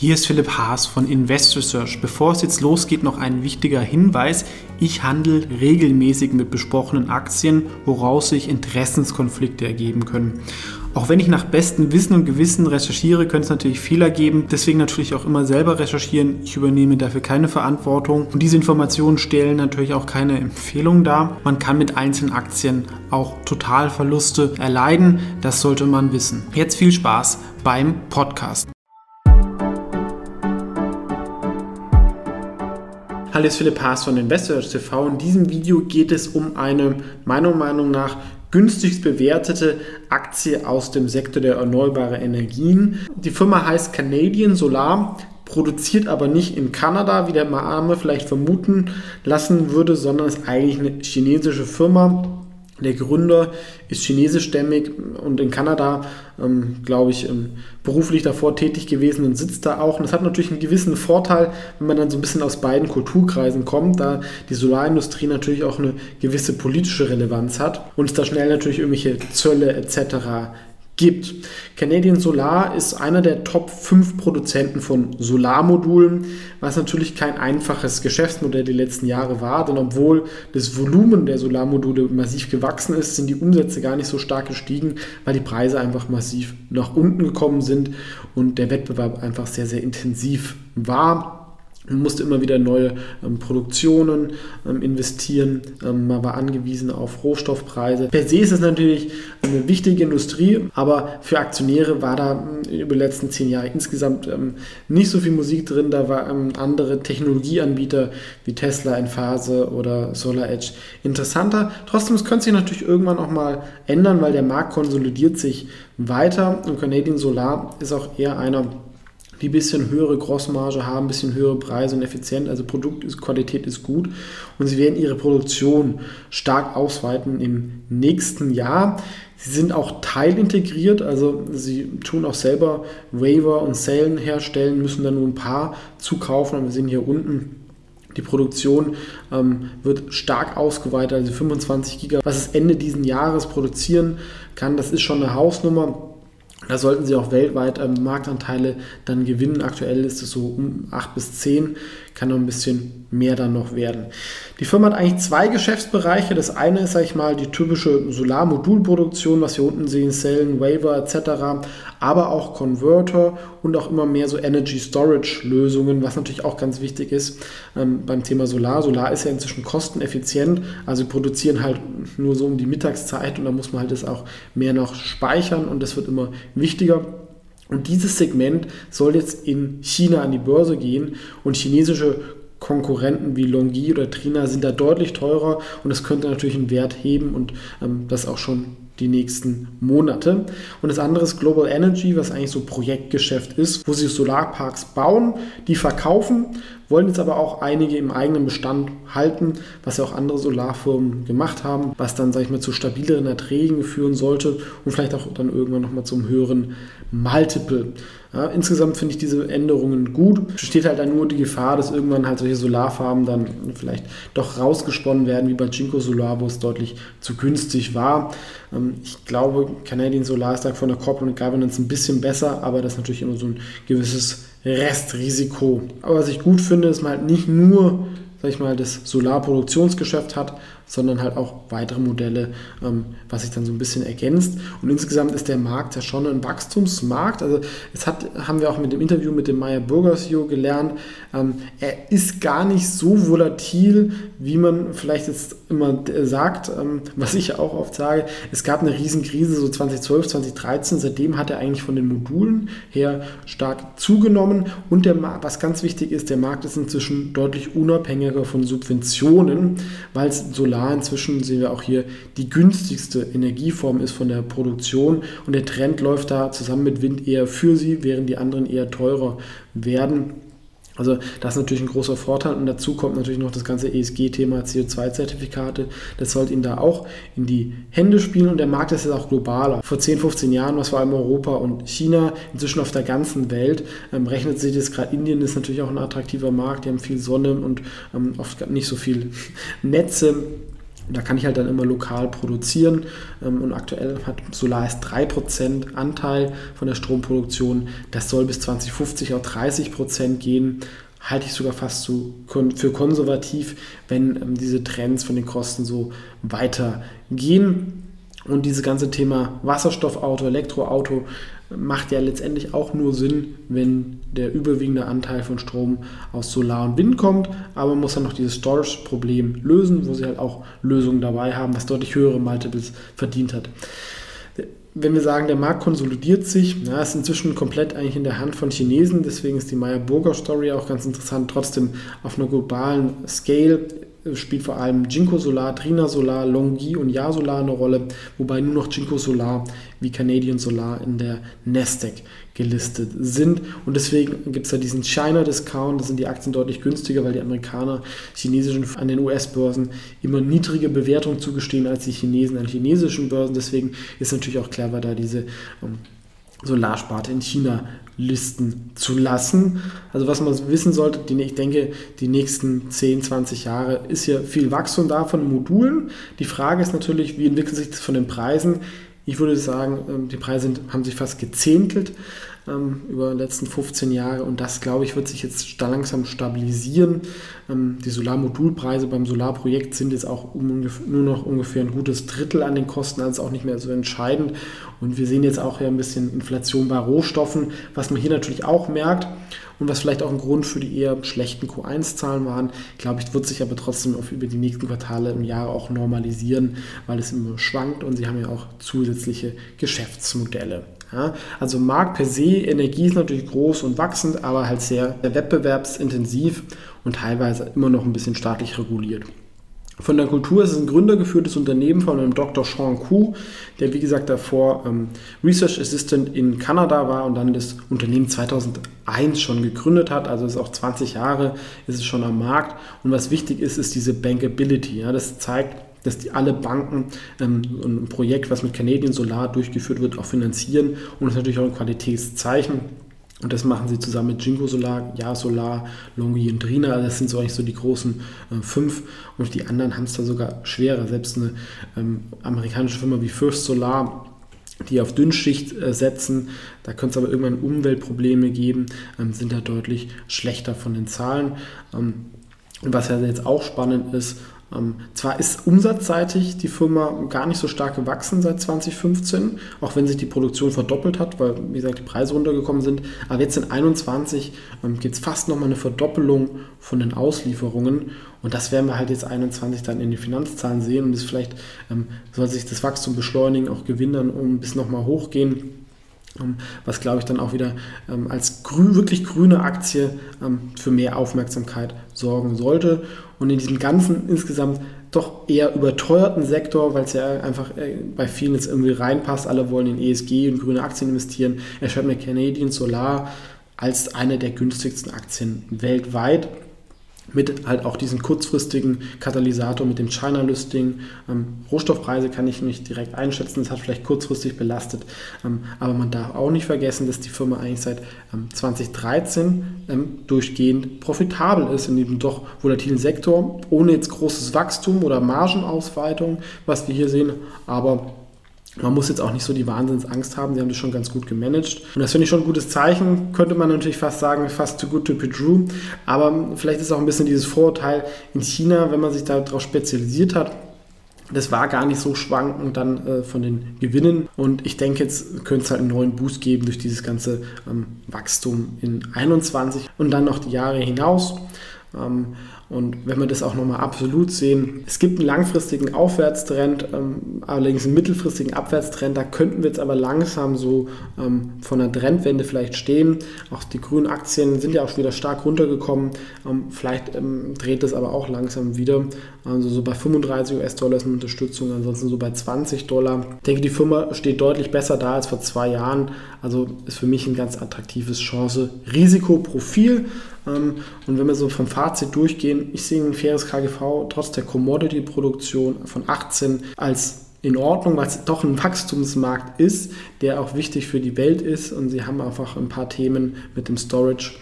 Hier ist Philipp Haas von Invest Research. Bevor es jetzt losgeht, noch ein wichtiger Hinweis. Ich handle regelmäßig mit besprochenen Aktien, woraus sich Interessenskonflikte ergeben können. Auch wenn ich nach bestem Wissen und Gewissen recherchiere, können es natürlich Fehler geben. Deswegen natürlich auch immer selber recherchieren. Ich übernehme dafür keine Verantwortung. Und diese Informationen stellen natürlich auch keine Empfehlung dar. Man kann mit einzelnen Aktien auch Totalverluste erleiden. Das sollte man wissen. Jetzt viel Spaß beim Podcast. Hallo, ist Philipp Haas von Invest Research TV. In diesem Video geht es um eine meiner Meinung nach günstigst bewertete Aktie aus dem Sektor der erneuerbaren Energien. Die Firma heißt Canadian Solar, produziert aber nicht in Kanada, wie der Name vielleicht vermuten lassen würde, sondern ist eigentlich eine chinesische Firma. Der Gründer ist chinesischstämmig und in Kanada, beruflich davor tätig gewesen und sitzt da auch. Und das hat natürlich einen gewissen Vorteil, wenn man dann so ein bisschen aus beiden Kulturkreisen kommt, da die Solarindustrie natürlich auch eine gewisse politische Relevanz hat und es da schnell natürlich irgendwelche Zölle etc. gibt. Canadian Solar ist einer der Top 5 Produzenten von Solarmodulen, was natürlich kein einfaches Geschäftsmodell die letzten Jahre war, denn obwohl das Volumen der Solarmodule massiv gewachsen ist, sind die Umsätze gar nicht so stark gestiegen, weil die Preise einfach massiv nach unten gekommen sind und der Wettbewerb einfach sehr, sehr intensiv war. Man musste immer wieder neue Produktionen investieren, man war angewiesen auf Rohstoffpreise. Per se ist es natürlich eine wichtige Industrie, aber für Aktionäre war da über die letzten 10 Jahre insgesamt nicht so viel Musik drin. Da waren andere Technologieanbieter wie Tesla, Enphase oder SolarEdge interessanter. Trotzdem, es könnte sich natürlich irgendwann auch mal ändern, weil der Markt konsolidiert sich weiter und Canadian Solar ist auch eher einer, die ein bisschen höhere Grossmarge haben, ein bisschen höhere Preise und effizient, also Produktqualität ist gut und sie werden ihre Produktion stark ausweiten im nächsten Jahr. Sie sind auch teilintegriert, also sie tun auch selber Waver und Zellen herstellen, müssen dann nur ein paar zukaufen und wir sehen hier unten, die Produktion wird stark ausgeweitet, also 25 Gigawatt, was es Ende dieses Jahres produzieren kann, das ist schon eine Hausnummer. Da sollten sie auch weltweit Marktanteile dann gewinnen. Aktuell ist es so um 8 bis 10, kann noch ein bisschen mehr dann noch werden. Die Firma hat eigentlich 2 Geschäftsbereiche. Das eine ist, sage ich mal, die typische Solarmodulproduktion, was wir unten sehen, Zellen, Waver etc., aber auch Converter und auch immer mehr so Energy Storage Lösungen, was natürlich auch ganz wichtig ist beim Thema Solar. Solar ist ja inzwischen kosteneffizient, also produzieren halt nur so um die Mittagszeit und da muss man halt das auch mehr noch speichern und das wird immer wichtiger. Und dieses Segment soll jetzt in China an die Börse gehen und chinesische Konkurrenten wie LONGi oder Trina sind da deutlich teurer und das könnte natürlich einen Wert heben und das auch schon die nächsten Monate. Und das andere ist Global Energy, was eigentlich so Projektgeschäft ist, wo sie Solarparks bauen, die verkaufen, wollen jetzt aber auch einige im eigenen Bestand halten, was ja auch andere Solarfirmen gemacht haben, was dann, sage ich mal, zu stabileren Erträgen führen sollte und vielleicht auch dann irgendwann nochmal zum höheren Multiple. Ja, insgesamt finde ich diese Änderungen gut. Besteht halt dann nur die Gefahr, dass irgendwann halt solche Solarfarmen dann vielleicht doch rausgesponnen werden, wie bei Jinko Solar, wo es deutlich zu günstig war. Ich glaube, Canadian Solar ist da von der Corporate Governance ein bisschen besser, aber das ist natürlich immer so ein gewisses Restrisiko. Aber was ich gut finde, ist man halt nicht nur, sag ich mal, das Solarproduktionsgeschäft hat, sondern halt auch weitere Modelle, was sich dann so ein bisschen ergänzt. Und insgesamt ist der Markt ja schon ein Wachstumsmarkt. Also haben wir auch mit dem Interview mit dem Meyer Burger CEO gelernt, er ist gar nicht so volatil, wie man vielleicht jetzt immer sagt, was ich ja auch oft sage. Es gab eine Riesenkrise so 2012, 2013. Seitdem hat er eigentlich von den Modulen her stark zugenommen. Und was ganz wichtig ist, der Markt ist inzwischen deutlich unabhängiger von Subventionen, weil es Solar inzwischen, sehen wir auch hier, die günstigste Energieform ist von der Produktion und der Trend läuft da zusammen mit Wind eher für sie, während die anderen eher teurer werden. Also das ist natürlich ein großer Vorteil und dazu kommt natürlich noch das ganze ESG-Thema CO2-Zertifikate. Das sollte Ihnen da auch in die Hände spielen und der Markt ist jetzt auch globaler. Vor 10, 15 Jahren war es vor allem Europa und China, inzwischen auf der ganzen Welt. Rechnet sich das gerade, Indien ist natürlich auch ein attraktiver Markt, die haben viel Sonne und oft nicht so viel Netze. Und da kann ich halt dann immer lokal produzieren und aktuell hat Solaris 3% Anteil von der Stromproduktion. Das soll bis 2050 auf 30% gehen. Halte ich sogar fast für konservativ, wenn diese Trends von den Kosten so weitergehen. Und dieses ganze Thema Wasserstoffauto, Elektroauto macht ja letztendlich auch nur Sinn, wenn der überwiegende Anteil von Strom aus Solar und Wind kommt. Aber man muss dann noch dieses Storage-Problem lösen, wo sie halt auch Lösungen dabei haben, was deutlich höhere Multiples verdient hat. Wenn wir sagen, der Markt konsolidiert sich, ist inzwischen komplett eigentlich in der Hand von Chinesen, deswegen ist die Meyer-Burger-Story auch ganz interessant. Trotzdem auf einer globalen Scale spielt vor allem Jinko Solar, Trina Solar, LONGi und Ja Solar eine Rolle, wobei nur noch Jinko Solar wie Canadian Solar in der Nasdaq gelistet sind. Und deswegen gibt es da diesen China-Discount, da sind die Aktien deutlich günstiger, weil die Amerikaner chinesischen an den US-Börsen immer niedrige Bewertungen zugestehen als die Chinesen an chinesischen Börsen. Deswegen ist natürlich auch clever, da diese Solarsparte in China listen zu lassen. Also was man wissen sollte, ich denke, die nächsten 10, 20 Jahre ist ja viel Wachstum da von Modulen. Die Frage ist natürlich, wie entwickelt sich das von den Preisen? Ich würde sagen, die Preise haben sich fast gezähntelt über die letzten 15 Jahre und das, glaube ich, wird sich jetzt langsam stabilisieren. Die Solarmodulpreise beim Solarprojekt sind jetzt auch nur noch ungefähr ein gutes Drittel an den Kosten, also auch nicht mehr so entscheidend. Und wir sehen jetzt auch ja ein bisschen Inflation bei Rohstoffen, was man hier natürlich auch merkt und was vielleicht auch ein Grund für die eher schlechten Q1-Zahlen waren. Glaube ich, wird sich aber trotzdem über die nächsten Quartale im Jahr auch normalisieren, weil es immer schwankt und sie haben ja auch zusätzliche Geschäftsmodelle. Ja, also Markt per se, Energie ist natürlich groß und wachsend, aber halt sehr wettbewerbsintensiv und teilweise immer noch ein bisschen staatlich reguliert. Von der Kultur ist es ein gründergeführtes Unternehmen von einem Dr. Sean Koo, der wie gesagt davor Research Assistant in Kanada war und dann das Unternehmen 2001 schon gegründet hat, also ist auch 20 Jahre, ist es schon am Markt und was wichtig ist, ist diese Bankability. Ja, das zeigt, dass alle Banken ein Projekt, was mit Canadian Solar durchgeführt wird, auch finanzieren und das ist natürlich auch ein Qualitätszeichen. Und das machen sie zusammen mit Jinko Solar, Ja Solar, LONGi und Trina. Das sind so eigentlich so die großen 5 und die anderen haben es da sogar schwerer. Selbst eine amerikanische Firma wie First Solar, die auf Dünnschicht setzen, da könnte es aber irgendwann Umweltprobleme geben, sind da deutlich schlechter von den Zahlen. Und was ja jetzt auch spannend ist, zwar ist umsatzseitig die Firma gar nicht so stark gewachsen seit 2015, auch wenn sich die Produktion verdoppelt hat, weil, wie gesagt, die Preise runtergekommen sind. Aber jetzt in 2021 gibt es fast nochmal eine Verdoppelung von den Auslieferungen. Und das werden wir halt jetzt 2021 dann in den Finanzzahlen sehen. Und das vielleicht soll sich das Wachstum beschleunigen, auch Gewinn bis nochmal hochgehen. Was, glaube ich, dann auch wieder als wirklich grüne Aktie für mehr Aufmerksamkeit sorgen sollte. Und in diesem ganzen insgesamt doch eher überteuerten Sektor, weil es ja einfach bei vielen jetzt irgendwie reinpasst, alle wollen in ESG und grüne Aktien investieren, erscheint mir Canadian Solar als eine der günstigsten Aktien weltweit. Mit halt auch diesen kurzfristigen Katalysator mit dem China-Listing. Rohstoffpreise kann ich nicht direkt einschätzen, das hat vielleicht kurzfristig belastet. Aber man darf auch nicht vergessen, dass die Firma eigentlich seit 2013 durchgehend profitabel ist in diesem doch volatilen Sektor, ohne jetzt großes Wachstum oder Margenausweitung, was wir hier sehen, aber man muss jetzt auch nicht so die Wahnsinnsangst haben, sie haben das schon ganz gut gemanagt. Und das finde ich schon ein gutes Zeichen, könnte man natürlich fast sagen, fast too good to be true. Aber vielleicht ist auch ein bisschen dieses Vorurteil in China, wenn man sich darauf spezialisiert hat, das war gar nicht so schwankend dann von den Gewinnen. Und ich denke, jetzt könnte es halt einen neuen Boost geben durch dieses ganze Wachstum in 2021 und dann noch die Jahre hinaus. Und wenn wir das auch nochmal absolut sehen, es gibt einen langfristigen Aufwärtstrend, allerdings einen mittelfristigen Abwärtstrend, da könnten wir jetzt aber langsam so von einer Trendwende vielleicht stehen. Auch die grünen Aktien sind ja auch wieder stark runtergekommen, vielleicht dreht es aber auch langsam wieder, also so bei 35 US-Dollar ist eine Unterstützung, ansonsten so bei 20 Dollar. Ich denke, die Firma steht deutlich besser da als vor 2 Jahren, also ist für mich ein ganz attraktives Chance-Risikoprofil. Und wenn wir so vom Fazit durchgehen, ich sehe ein faires KGV trotz der Commodity-Produktion von 18 als in Ordnung, weil es doch ein Wachstumsmarkt ist, der auch wichtig für die Welt ist und sie haben einfach ein paar Themen mit dem Storage.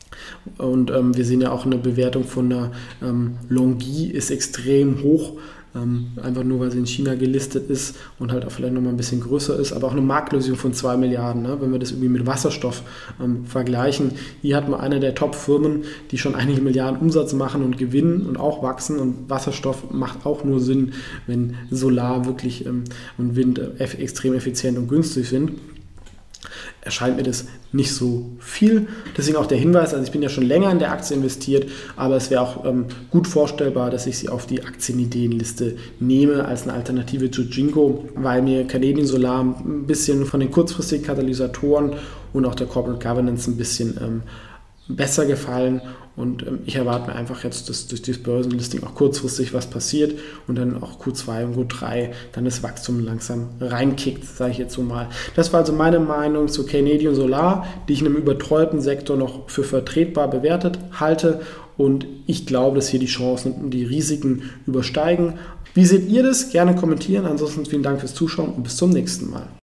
Und wir sehen ja auch eine Bewertung von der LONGi ist extrem hoch. einfach nur, weil sie in China gelistet ist und halt auch vielleicht nochmal ein bisschen größer ist, aber auch eine Marktlösung von 2 Milliarden, ne? Wenn wir das irgendwie mit Wasserstoff vergleichen. Hier hat man eine der Top-Firmen, die schon einige Milliarden Umsatz machen und gewinnen und auch wachsen, und Wasserstoff macht auch nur Sinn, wenn Solar wirklich und Wind extrem effizient und günstig sind. Erscheint mir das nicht so viel. Deswegen auch der Hinweis, also ich bin ja schon länger in der Aktie investiert, aber es wäre auch gut vorstellbar, dass ich sie auf die Aktienideenliste nehme als eine Alternative zu Jinko, weil mir Canadian Solar ein bisschen von den kurzfristigen Katalysatoren und auch der Corporate Governance ein bisschen besser gefallen, und ich erwarte mir einfach jetzt, dass durch dieses Börsenlisting auch kurzfristig was passiert und dann auch Q2 und Q3 dann das Wachstum langsam reinkickt, sage ich jetzt so mal. Das war also meine Meinung zu Canadian Solar, die ich in einem überteuerten Sektor noch für vertretbar bewertet halte, und ich glaube, dass hier die Chancen und die Risiken übersteigen. Wie seht ihr das? Gerne kommentieren. Ansonsten vielen Dank fürs Zuschauen und bis zum nächsten Mal.